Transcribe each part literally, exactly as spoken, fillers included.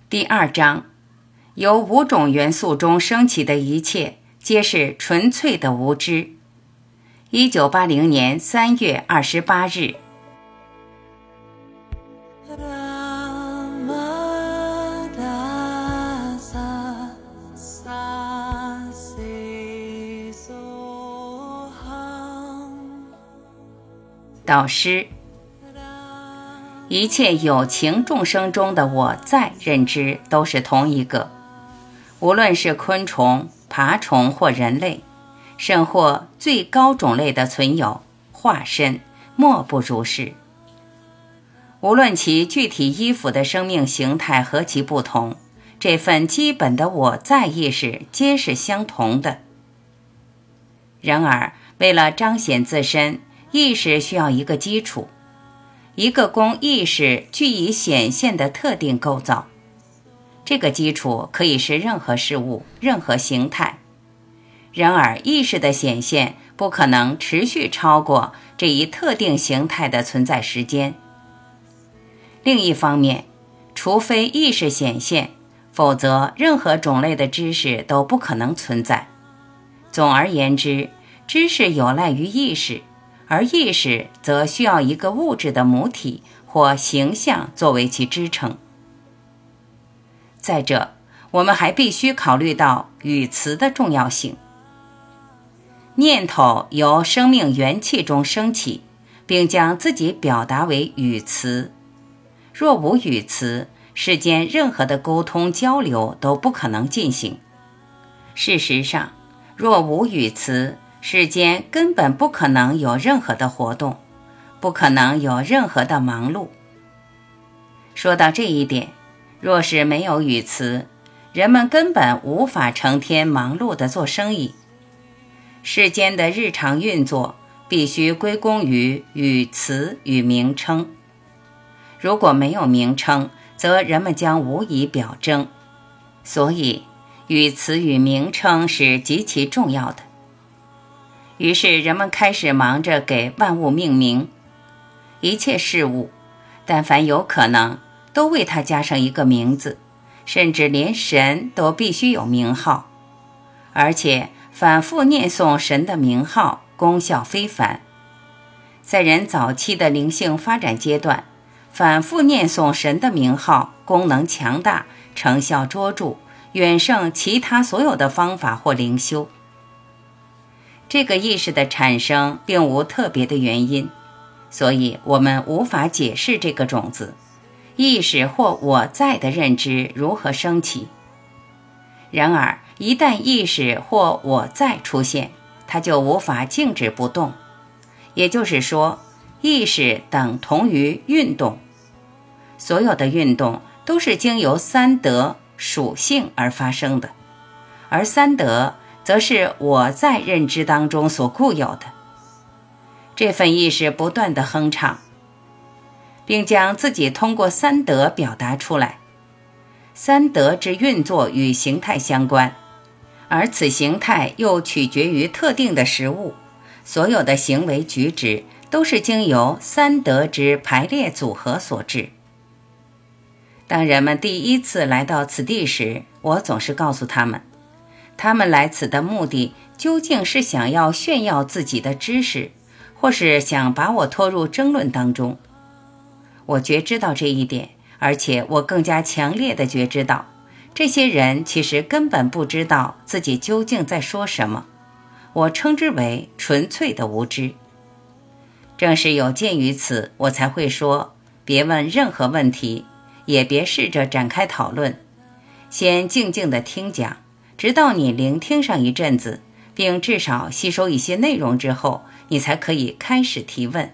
第二章，由五种元素中升起的一切，皆是纯粹的无知。一九八零年三月二十八日。导师，一切有情众生中的我在认知都是同一个，无论是昆虫、爬虫或人类，甚或最高种类的存有、化身，莫不如是。无论其具体依附的生命形态何其不同，这份基本的我在意识皆是相同的。然而，为了彰显自身，意识需要一个基础，一个供意识据以显现的特定构造。这个基础可以是任何事物、任何形态。然而，意识的显现不可能持续超过这一特定形态的存在时间。另一方面，除非意识显现，否则任何种类的知识都不可能存在。总而言之，知识有赖于意识，而意识则需要一个物质的母体或形象作为其支撑。再者，我们还必须考虑到语词的重要性。念头由生命元气中升起，并将自己表达为语词。若无语词，世间任何的沟通交流都不可能进行。事实上，若无语词，世间根本不可能有任何的活动，不可能有任何的忙碌。说到这一点，若是没有语词，人们根本无法成天忙碌地做生意。世间的日常运作必须归功于语词与名称。如果没有名称，则人们将无以表征。所以，语词与名称是极其重要的。于是人们开始忙着给万物命名，一切事物，但凡有可能，都为它加上一个名字，甚至连神都必须有名号，而且反复念诵神的名号，功效非凡。在人早期的灵性发展阶段，反复念诵神的名号，功能强大，成效卓著，远胜其他所有的方法或灵修。这个意识的产生并无特别的原因，所以我们无法解释这个种子，意识或我在的认知如何升起。然而，一旦意识或我在出现，它就无法静止不动。也就是说，意识等同于运动。所有的运动都是经由三德属性而发生的，而三德则是我在认知当中所固有的。这份意识不断地哼唱，并将自己通过三德表达出来。三德之运作与形态相关，而此形态又取决于特定的食物。所有的行为举止都是经由三德之排列组合所致。当人们第一次来到此地时，我总是告诉他们，他们来此的目的究竟是想要炫耀自己的知识，或是想把我拖入争论当中。我觉知到这一点，而且我更加强烈地觉知到，这些人其实根本不知道自己究竟在说什么。我称之为纯粹的无知。正是有鉴于此，我才会说，别问任何问题，也别试着展开讨论，先静静地听讲，直到你聆听上一阵子，并至少吸收一些内容之后，你才可以开始提问。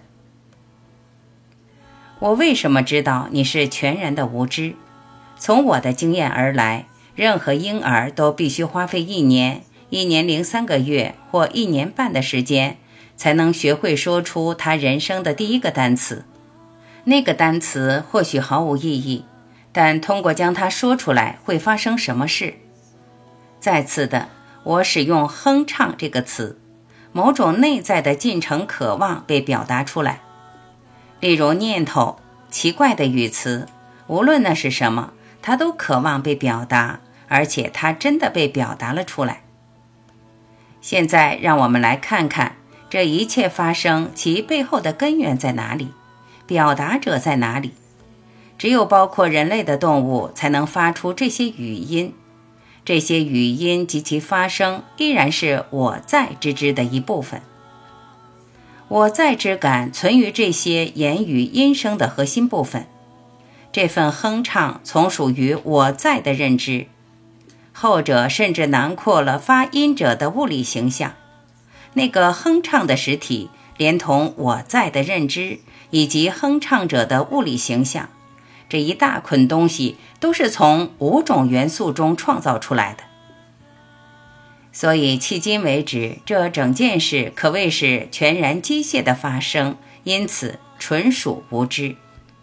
我为什么知道你是全然的无知？从我的经验而来，任何婴儿都必须花费一年、一年零三个月或一年半的时间，才能学会说出他人生的第一个单词。那个单词或许毫无意义，但通过将它说出来，会发生什么事？再次的，我使用哼唱这个词，某种内在的进程渴望被表达出来。例如念头、奇怪的语词，无论那是什么， 它都渴望被表达，而且它真的被表达了出来。现在让我们来看看这一切发生其背后的根源在哪里，表达者在哪里。只有包括人类的动物才能发出这些语音，这些语音及其发生依然是我在之知的一部分。我在之感存于这些言语音声的核心部分，这份哼唱从属于我在的认知，后者甚至囊括了发音者的物理形象。那个哼唱的实体连同我在的认知以及哼唱者的物理形象，这一大捆东西都是从五种元素中创造出来的。所以迄今为止，这整件事可谓是全然机械的发生，因此纯属无知。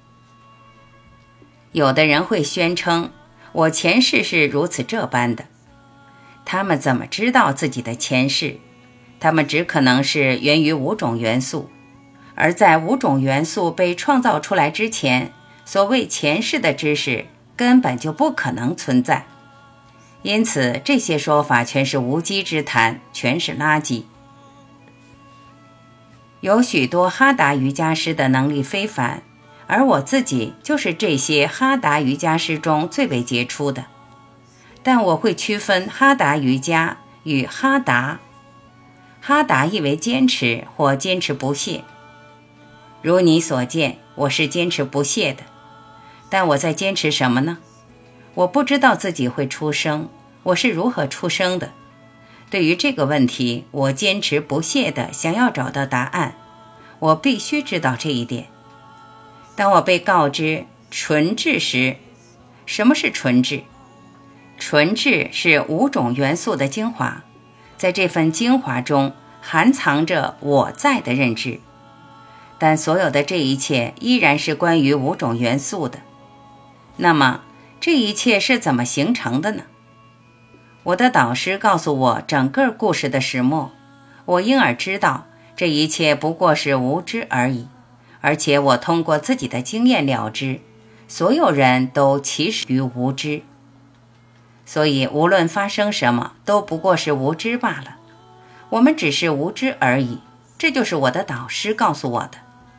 有的人会宣称，我前世是如此这般的。他们怎么知道自己的前世？他们只可能是源于五种元素，而在五种元素被创造出来之前，所谓前世的知识根本就不可能存在。因此这些说法全是无稽之谈，全是垃圾。有许多哈达瑜伽师的能力非凡，而我自己就是这些哈达瑜伽师中最为杰出的。但我会区分哈达瑜伽与哈达。哈达意为坚持或坚持不懈。如你所见，我是坚持不懈的。但我在坚持什么呢？我不知道自己会出生，我是如何出生的？对于这个问题，我坚持不懈地想要找到答案。我必须知道这一点。当我被告知纯质时，什么是纯质？纯质是五种元素的精华，在这份精华中含藏着我在的认知。但所有的这一切依然是关于五种元素的。那么这一切是怎么形成的呢？我的导师告诉我整个故事的始末，我因而知道这一切不过是无知而已，而且我通过自己的经验了知，所有人都起始于无知。所以无论发生什么都不过是无知罢了，我们只是无知而已，这就是我的导师告诉我的。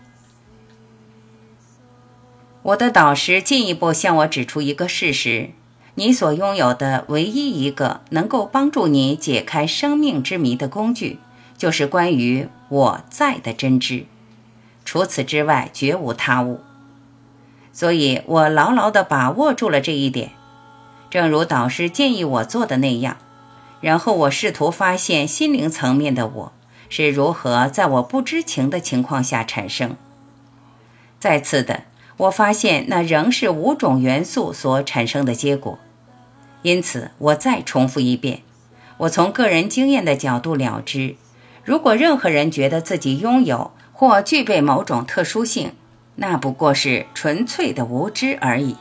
我的导师进一步向我指出一个事实，你所拥有的唯一一个能够帮助你解开生命之谜的工具，就是关于我在的真知，除此之外绝无他物。所以我牢牢地把握住了这一点，正如导师建议我做的那样，然后我试图发现心灵层面的我是如何在我不知情的情况下产生。再次的，我发现那仍是五种元素所产生的结果。因此我再重复一遍，我从个人经验的角度了知，如果任何人觉得自己拥有或具备某种特殊性，那不过是纯粹的无知而已。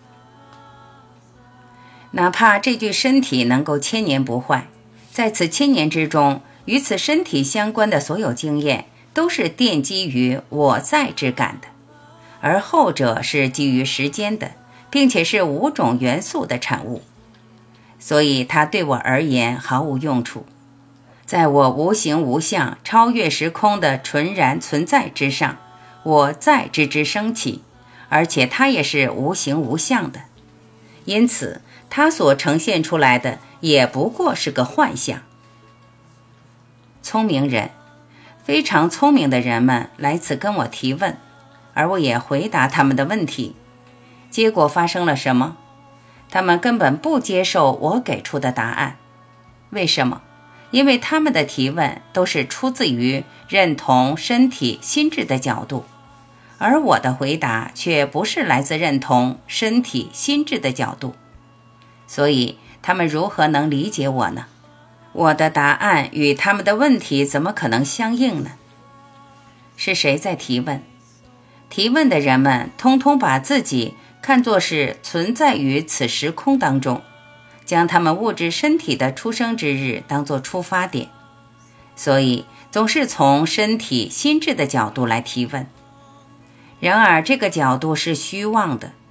哪怕这具身体能够千年不坏，在此千年之中，与此身体相关的所有经验都是奠基于我在之感的，而后者是基于时间的，并且是五种元素的产物。所以它对我而言毫无用处。在我无形无相、超越时空的纯然存在之上，我在之之升起，而且它也是无形无相的，因此它所呈现出来的也不过是个幻象。聪明人，非常聪明的人们来此跟我提问，而我也回答他们的问题。结果发生了什么？他们根本不接受我给出的答案。为什么？因为他们的提问都是出自于认同身体心智的角度，而我的回答却不是来自认同身体心智的角度。所以他们如何能理解我呢？我的答案与他们的问题怎么可能相应呢？是谁在提问？提问的人们通通把自己看作是存在于此时空当中，将他们物质身体的出生之日当作出发点，所以总是从身体心智的角度来提问。然而这个角度是虚妄的，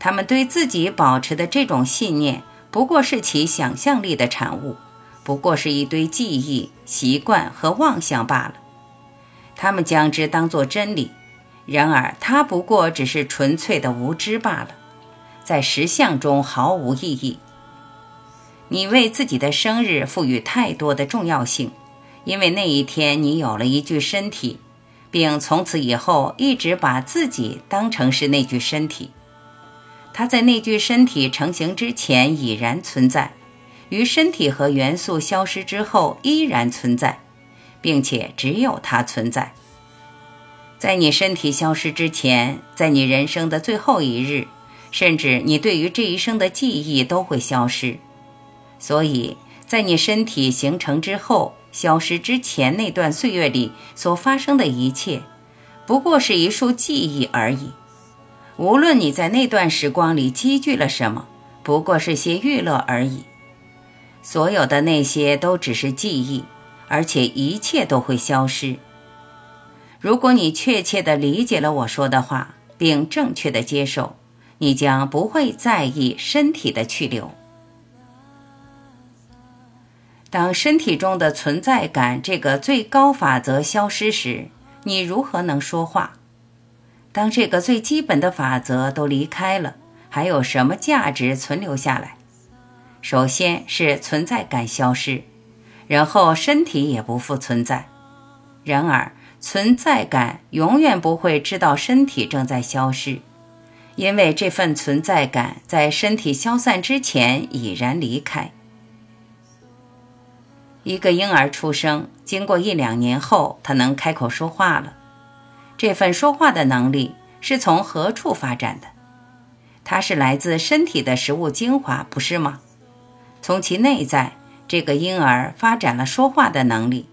他们对自己保持的这种信念，不过是其想象力的产物，不过是一堆记忆、习惯和妄想罢了。他们将之当作真理，然而它不过只是纯粹的无知罢了，在实相中毫无意义。你为自己的生日赋予太多的重要性，因为那一天你有了一具身体，并从此以后一直把自己当成是那具身体。它在那具身体成型之前已然存在，于身体和元素消失之后依然存在，并且只有它存在。在你身体消失之前，在你人生的最后一日，甚至你对于这一生的记忆都会消失。所以在你身体形成之后消失之前那段岁月里所发生的一切，不过是一束记忆而已。无论你在那段时光里积聚了什么，不过是些娱乐而已。所有的那些都只是记忆，而且一切都会消失。如果你确切地理解了我说的话，并正确地接受，你将不会在意身体的去留。当身体中的存在感这个最高法则消失时，你如何能说话？当这个最基本的法则都离开了，还有什么价值存留下来？首先是存在感消失，然后身体也不复存在。然而存在感永远不会知道身体正在消失，因为这份存在感在身体消散之前已然离开。一个婴儿出生，经过一两年后，他能开口说话了。这份说话的能力是从何处发展的？它是来自身体的食物精华，不是吗？从其内在，这个婴儿发展了说话的能力。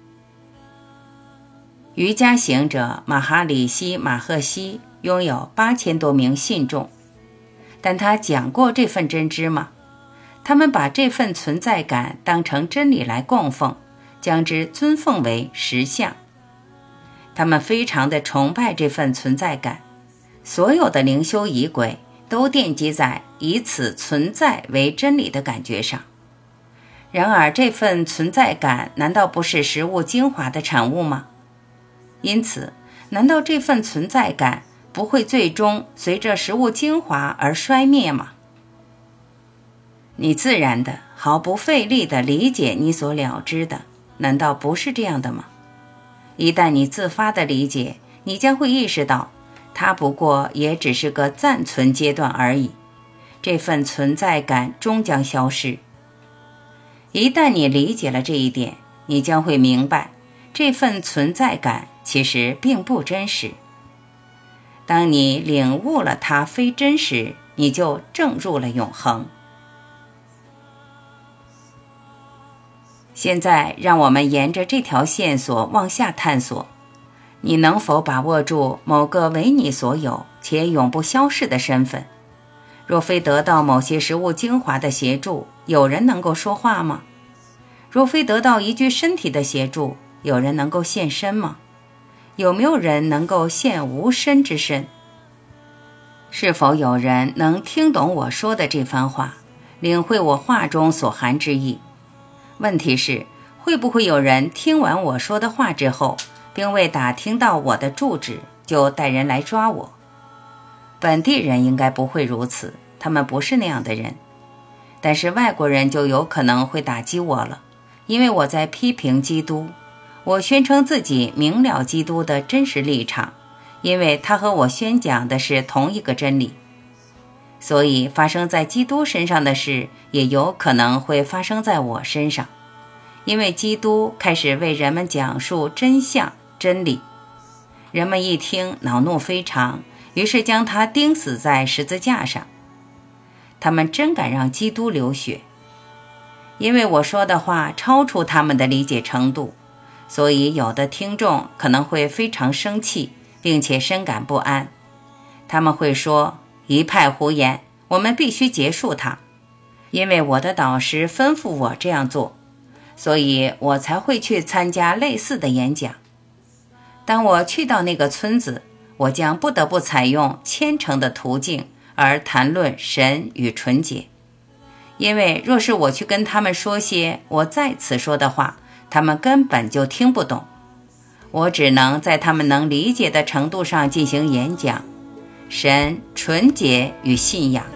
瑜伽行者马哈里希马赫西拥有八千多名信众，但他讲过这份真知吗？他们把这份存在感当成真理来供奉，将之尊奉为实相。他们非常的崇拜这份存在感，所有的灵修仪轨都奠基在以此存在为真理的感觉上。然而这份存在感难道不是食物精华的产物吗？因此，难道这份存在感不会最终随着食物精华而衰灭吗？你自然的、毫不费力地理解你所了知的，难道不是这样的吗？一旦你自发地理解，你将会意识到，它不过也只是个暂存阶段而已，这份存在感终将消失。一旦你理解了这一点，你将会明白，这份存在感其实并不真实。当你领悟了它非真实，你就证入了永恒。现在让我们沿着这条线索往下探索，你能否把握住某个为你所有且永不消逝的身份？若非得到某些食物精华的协助，有人能够说话吗？若非得到一具身体的协助，有人能够现身吗？有没有人能够现无身之身？是否有人能听懂我说的这番话，领会我话中所含之意？问题是，会不会有人听完我说的话之后，并未打听到我的住址，就带人来抓我？本地人应该不会如此，他们不是那样的人。但是外国人就有可能会打击我了，因为我在批评基督，我宣称自己明了基督的真实立场，因为他和我宣讲的是同一个真理。所以发生在基督身上的事也有可能会发生在我身上，因为基督开始为人们讲述真相真理。人们一听恼怒非常，于是将他钉死在十字架上。他们真敢让基督流血。因为我说的话超出他们的理解程度，所以有的听众可能会非常生气，并且深感不安。他们会说，一派胡言，我们必须结束它。因为我的导师吩咐我这样做，所以我才会去参加类似的演讲。当我去到那个村子，我将不得不采用虔诚的途径， 而谈论神与纯洁。因为若是我去跟他们说些我在此说的话，他们根本就听不懂。我只能在他们能理解的程度上进行演讲，神、纯洁与信仰。